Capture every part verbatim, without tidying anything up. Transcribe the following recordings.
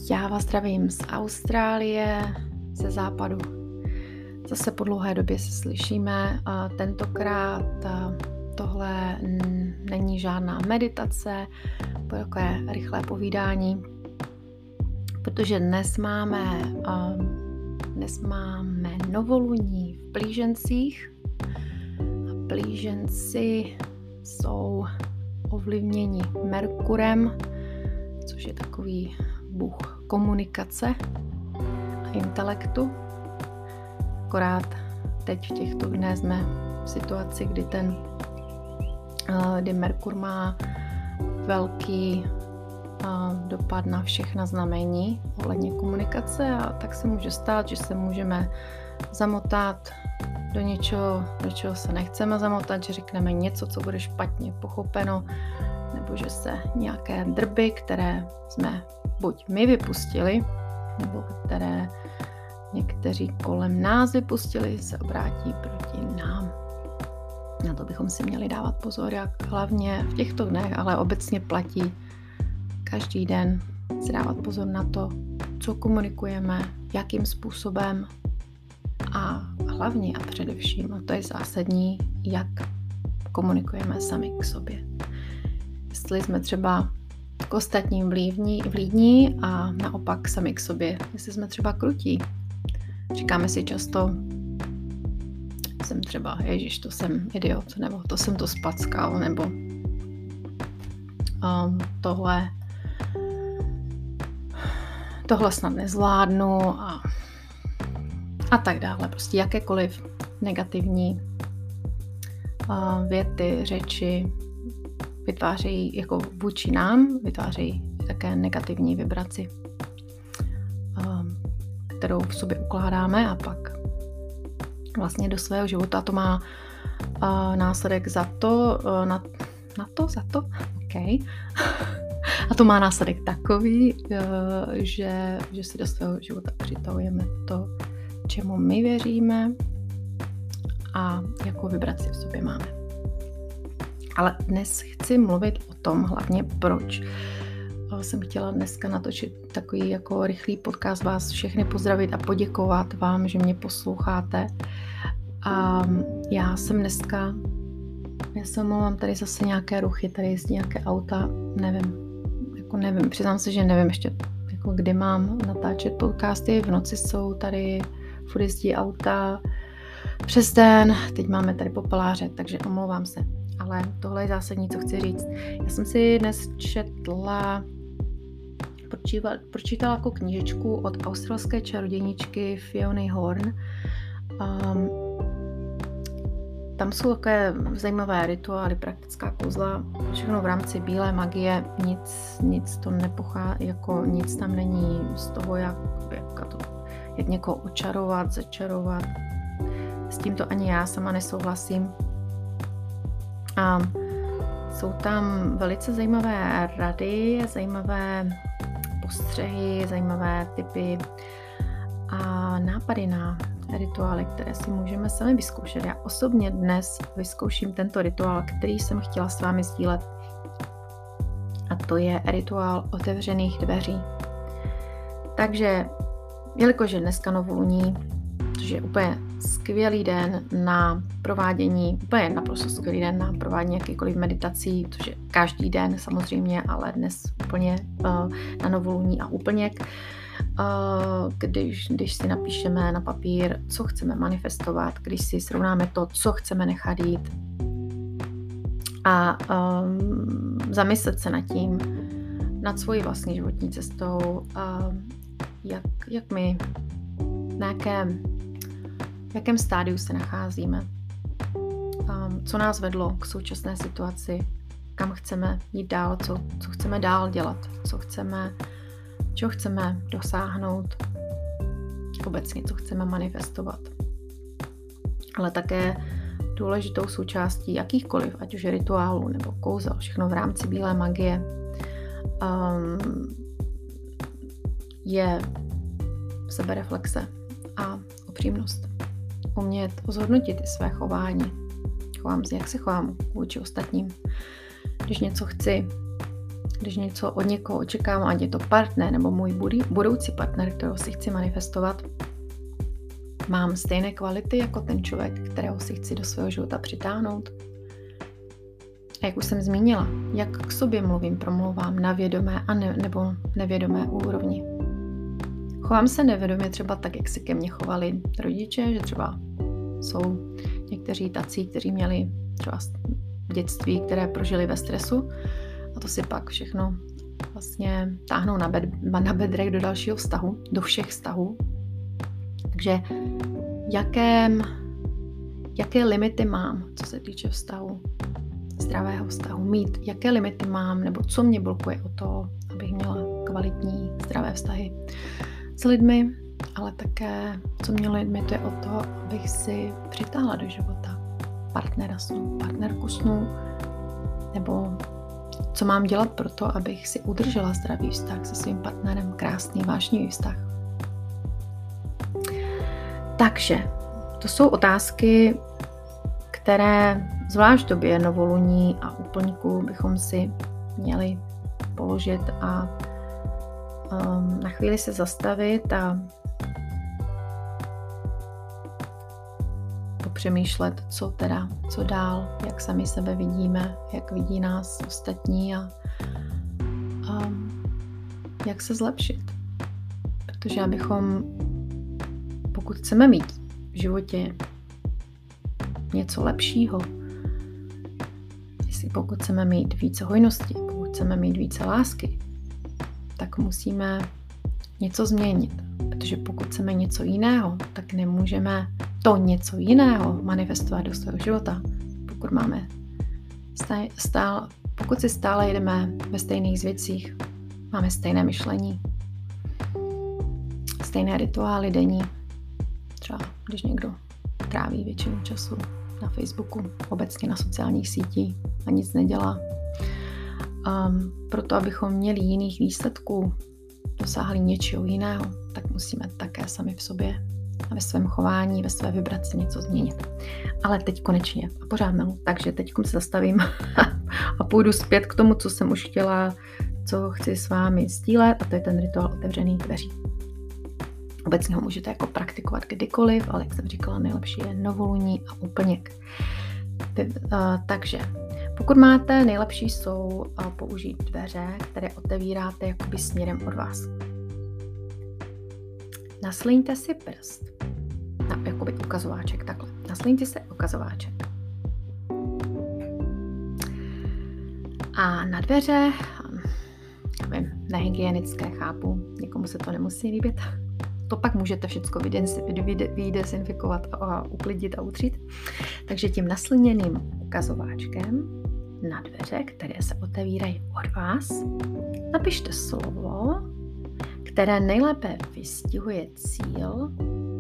Já vás zdravím z Austrálie, ze západu. Zase po dlouhé době se slyšíme. A tentokrát tohle není žádná meditace, to je takové rychlé povídání, protože dnes máme, dnes máme novoluní v Plížencích. A Plíženci jsou ovlivněni Merkurem, což je takový bůh komunikace a intelektu. Akorát teď v těchto dnech jsme v situaci, kdy ten kdy Merkur má velký dopad na všechna znamení ohledně komunikace, a tak se může stát, že se můžeme zamotat do něčeho, do čeho se nechceme zamotat, že řekneme něco, co bude špatně pochopeno, nebo že se nějaké drby, které jsme buď my vypustili, nebo které někteří kolem nás vypustili, se obrátí proti nám. Na to bychom si měli dávat pozor, jak hlavně v těchto dnech, ale obecně platí každý den si dávat pozor na to, co komunikujeme, jakým způsobem a hlavně a především, a to je zásadní, jak komunikujeme sami k sobě. Jestli jsme třeba k ostatním vlídní, vlídní a naopak sami k sobě, jestli jsme třeba krutí. Říkáme si často, jsem třeba, ježiš, to jsem idiot, nebo to jsem to spackal, nebo um, tohle tohle snad nezvládnu a, a tak dále. Prostě jakékoliv negativní uh, věty, řeči vytvářejí jako vůči nám, vytvářejí také negativní vibraci, um, kterou v sobě ukládáme a pak vlastně do svého života to má uh, následek za to, uh, na, na to, za to, ok. A to má následek takový, uh, že, že si do svého života přitahujeme to, čemu my věříme a jakou vibraci v sobě máme. Ale dnes chci mluvit o tom hlavně, proč jsem chtěla dneska natočit takový jako rychlý podcast, vás všechny pozdravit a poděkovat vám, že mě posloucháte. A já jsem dneska, já se omlouvám, tady zase nějaké ruchy, tady jezdí nějaké auta, nevím, jako nevím, přiznám se, že nevím ještě, jako kdy mám natáčet podcasty, v noci jsou tady, furt jezdí auta, přes den, teď máme tady popeláře, takže omlouvám se. Ale tohle je zásadní, co chci říct. Já jsem si dnes četla, pročítala, pročítala jako knížečku od australské čarodějničky Fiony Horn. Um, tam jsou takové zajímavé rituály, praktická kouzla, všechno v rámci bílé magie, nic, nic to nepochází, jako nic tam není z toho, jak, jak, to, jak někoho očarovat, začarovat. S tímto ani já sama nesouhlasím. A jsou tam velice zajímavé rady, zajímavé postřehy, zajímavé tipy a nápady na rituály, které si můžeme sami vyzkoušet. Já osobně dnes vyzkouším tento rituál, který jsem chtěla s vámi sdílet. A to je rituál otevřených dveří. Takže, jelikož je dneska novoluní, což je úplně skvělý den na provádění, úplně naprosto skvělý den na provádění jakýkoliv meditací, což je každý den samozřejmě, ale dnes úplně uh, na novoluní a úplněk, uh, když, když si napíšeme na papír, co chceme manifestovat, když si srovnáme to, co chceme nechat jít a um, zamyslet se nad tím, nad svojí vlastní životní cestou, uh, jak, jak my, na jakém v jakém stádiu se nacházíme, um, co nás vedlo k současné situaci, kam chceme jít dál, co, co chceme dál dělat, co chceme, čeho chceme dosáhnout, obecně, co chceme manifestovat. Ale také důležitou součástí jakýchkoliv, ať už rituálů nebo kouzel, všechno v rámci bílé magie, um, je sebereflexe a upřímnost. Umět zhodnotit i své chování. Chovám se, jak se chovám vůči ostatním. Když něco chci, když něco od někoho očekávám, ať je to partner nebo můj budoucí partner, kterého si chci manifestovat, mám stejné kvality jako ten člověk, kterého si chci do svého života přitáhnout. A jak už jsem zmínila, jak k sobě mluvím, promlouvám na vědomé a ne, nebo nevědomé úrovni. Chovám se nevědomě třeba tak, jak se ke mně chovali rodiče, že třeba jsou někteří tací, kteří měli třeba dětství, které prožili ve stresu a to si pak všechno vlastně táhnou na, bed, na bedrech do dalšího vztahu, do všech vztahů. Takže jakém, jaké limity mám, co se týče vztahu, zdravého vztahu, mít, jaké limity mám, nebo co mě blokuje o to, abych měla kvalitní, zdravé vztahy s lidmi, ale také, co mě limituje o to, abych si přitáhla do života partnera snu, partnerku snu, nebo co mám dělat pro to, abych si udržela zdravý vztah se svým partnerem, krásný, vášnivý vztah. Takže to jsou otázky, které zvlášť v době novoluní a úplňku bychom si měli položit a um, na chvíli se zastavit a popřemýšlet, co teda, co dál, jak sami sebe vidíme, jak vidí nás ostatní a um, jak se zlepšit. Protože abychom, pokud chceme mít v životě něco lepšího, jestli pokud chceme mít více hojnosti, pokud chceme mít více lásky, tak musíme něco změnit. Protože pokud chceme něco jiného, tak nemůžeme to něco jiného manifestovat do svého života. Pokud máme stále, pokud si stále jedeme ve stejných zvycích, máme stejné myšlení, stejné rituály denní, třeba když někdo tráví většinu času na Facebooku, obecně na sociálních sítích a nic nedělá. Um, proto, abychom měli jiných výsledků, dosáhli něčeho jiného, tak musíme také sami v sobě a ve svém chování, ve své vibraci něco změnit. Ale teď konečně a pořád milu. Takže teď se zastavím a půjdu zpět k tomu, co jsem už chtěla, co chci s vámi sdílet, a to je ten rituál otevřených dveří. Obecně ho můžete jako praktikovat kdykoliv, ale jak jsem říkala, nejlepší je novoluní a úplněk. Takže pokud máte, nejlepší jsou použít dveře, které otevíráte jakoby směrem od vás. Naslíňte si prst, na, jakoby ukazováček, takhle. Naslíňte si ukazováček. A na dveře, nevím, nehygienické, chápu, někomu se to nemusí líbit, to pak můžete všechno vydezinfikovat a uklidit a utřít. Takže tím naslíněným ukazováčkem na dveře, které se otevírají od vás, napište slovo, které nejlépe vystihuje cíl,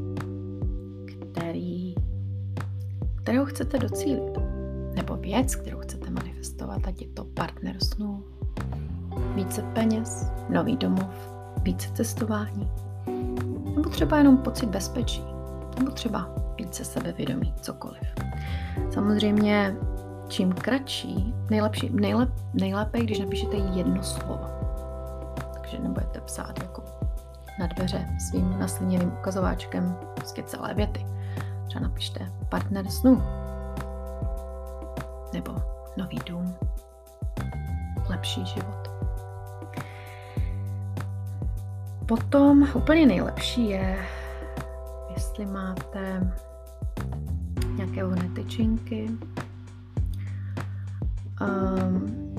který, kterého chcete docílit, nebo věc, kterou chcete manifestovat, ať je to partner snů, více peněz, nový domov, více cestování, nebo třeba jenom pocit bezpečí, nebo třeba více sebevědomí, cokoliv. Samozřejmě, čím kratší, nejlepší, nejlep, nejlépe, když napíšete jedno slovo. Takže nebudete psát jako na dveře svým naslíněným ukazováčkem prostě celé věty. Třeba napište partner snů, nebo nový dům, lepší život. Potom úplně nejlepší je, jestli máte nějaké ohné tyčinky, um,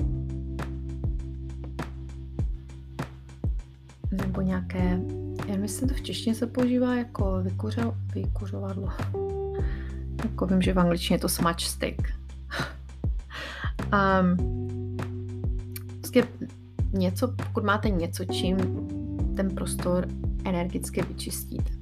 nebo nějaké, já myslím, to v češtině se používá jako vykuřo, vykuřovadlo. Jako vím, že v angličtině je to smudge stick. um, prostě něco, pokud máte něco, čím ten prostor energicky vyčistíte.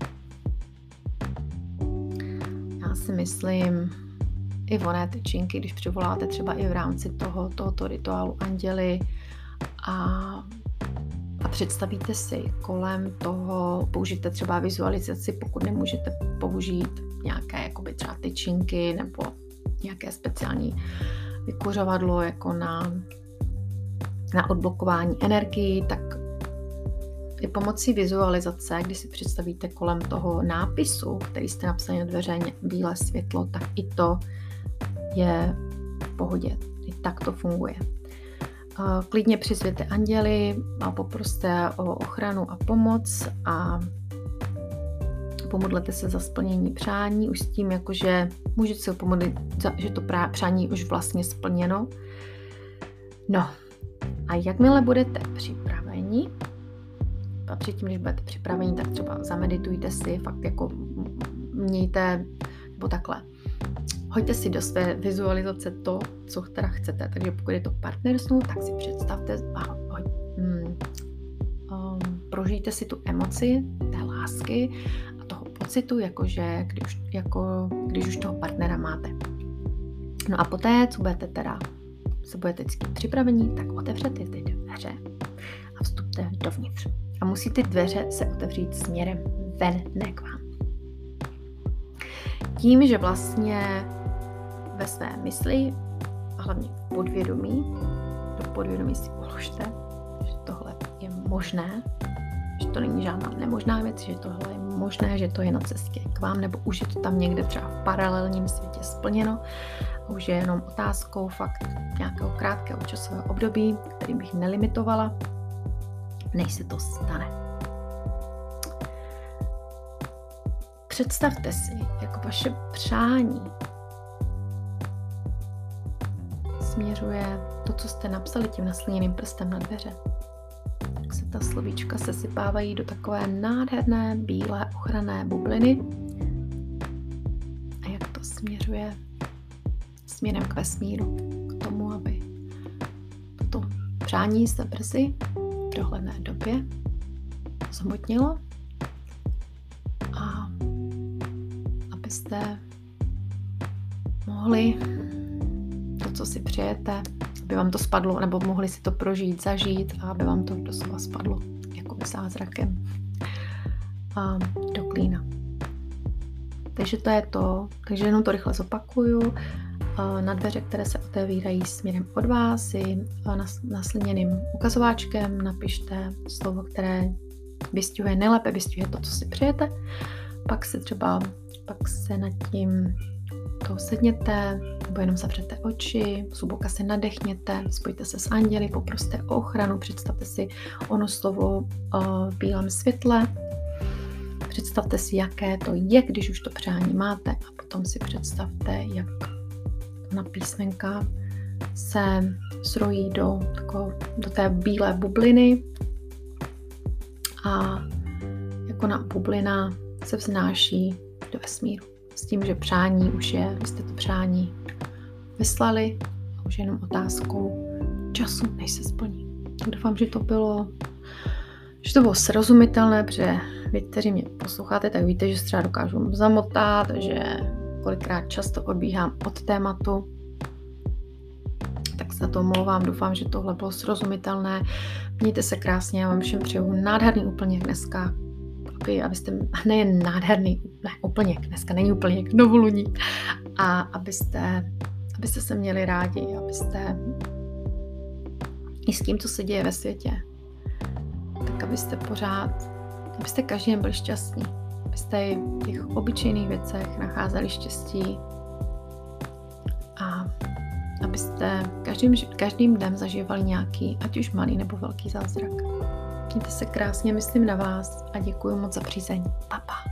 Já si myslím, i vonné tyčinky, když přivoláte třeba i v rámci toho, tohoto rituálu anděly a, a představíte si kolem toho, použijte třeba vizualizaci, pokud nemůžete použít nějaké jakoby třeba tyčinky nebo nějaké speciální vykuřovadlo jako na na odblokování energii, tak i pomocí vizualizace, když si představíte kolem toho nápisu, který jste napsali na dveře, bílé světlo, tak i to je v pohodě. I tak to funguje. Klidně přizvěte anděly a poproste o ochranu a pomoc a pomodlete se za splnění přání, už s tím, jakože můžete se pomodlit, že to přání je už vlastně splněno. No a jakmile budete připraveni, a předtím, když budete připraveni, tak třeba zameditujte si, fakt jako mějte, nebo takhle, hoďte si do své vizualizace to, co teda chcete. Takže pokud je to partnerství, tak si představte a hoď, um, um, prožijte si tu emoci té lásky a toho pocitu, jakože když, jako, když už toho partnera máte. No a poté, co budete teda, se budete cítit připravení, tak otevřete ty dveře a vstupte dovnitř. A musí ty dveře se otevřít směrem ven, ne k vám. Tím, že vlastně ve své mysli a hlavně v podvědomí, do podvědomí si uložte, že tohle je možné, že to není žádná nemožná věc, že tohle je možné, že to je na cestě k vám, nebo už je to tam někde třeba v paralelním světě splněno a už je jenom otázkou fakt nějakého krátkého časového období, který bych nelimitovala, než se to stane. Představte si, jako vaše přání směřuje to, co jste napsali tím nasliněným prstem na dveře. Tak se ta slovíčka sesypávají do takové nádherné, bílé, ochranné bubliny. A jak to směřuje směrem k vesmíru, k tomu, aby toto přání se brzy v dohledné době zhmotnilo a abyste mohli to, co si přejete, aby vám to spadlo, nebo mohli si to prožít, zažít a aby vám to doslova spadlo jako zázrakem a do klína. Takže to je to. Takže jenom to rychle zopakuju. Na dveře, které se otevírají směrem od vás, si nasliněným ukazováčkem napište slovo, které vystihuje, nejlépe vystihuje to, co si přejete. Pak se třeba, pak se nad tím to sedněte, nebo jenom zavřete oči, zuboko se nadechněte, spojte se s anděli, poproste o ochranu, představte si ono slovo v bílém světle, představte si, jaké to je, když už to přání máte a potom si představte, jak na písmenka se zrojí do, tako, do té bílé bubliny a jako na bublina se vznáší do vesmíru. S tím, že přání už je, vy jste to přání vyslali a už je jenom otázkou času, než se splní. Doufám, že to bylo, že to bylo srozumitelné, protože vy, kteří mě posloucháte, tak víte, že se třeba dokážu zamotat, že kolikrát často odbíhám od tématu, tak se za to omlouvám. Doufám, že tohle bylo srozumitelné. Mějte se krásně, já vám všem přeju nádherný úplněk dneska, aby, abyste, nejen nádherný, ne úplně dneska není úplně novoluní, a abyste, abyste se měli rádi, abyste i s tím, co se děje ve světě, tak abyste pořád, abyste každý den byli šťastní, abyste v těch obyčejných věcech nacházeli štěstí a abyste každým, každým dnem zažívali nějaký, ať už malý nebo velký zázrak. Mějte se krásně, myslím na vás a děkuji moc za přízeň. Pa, pa.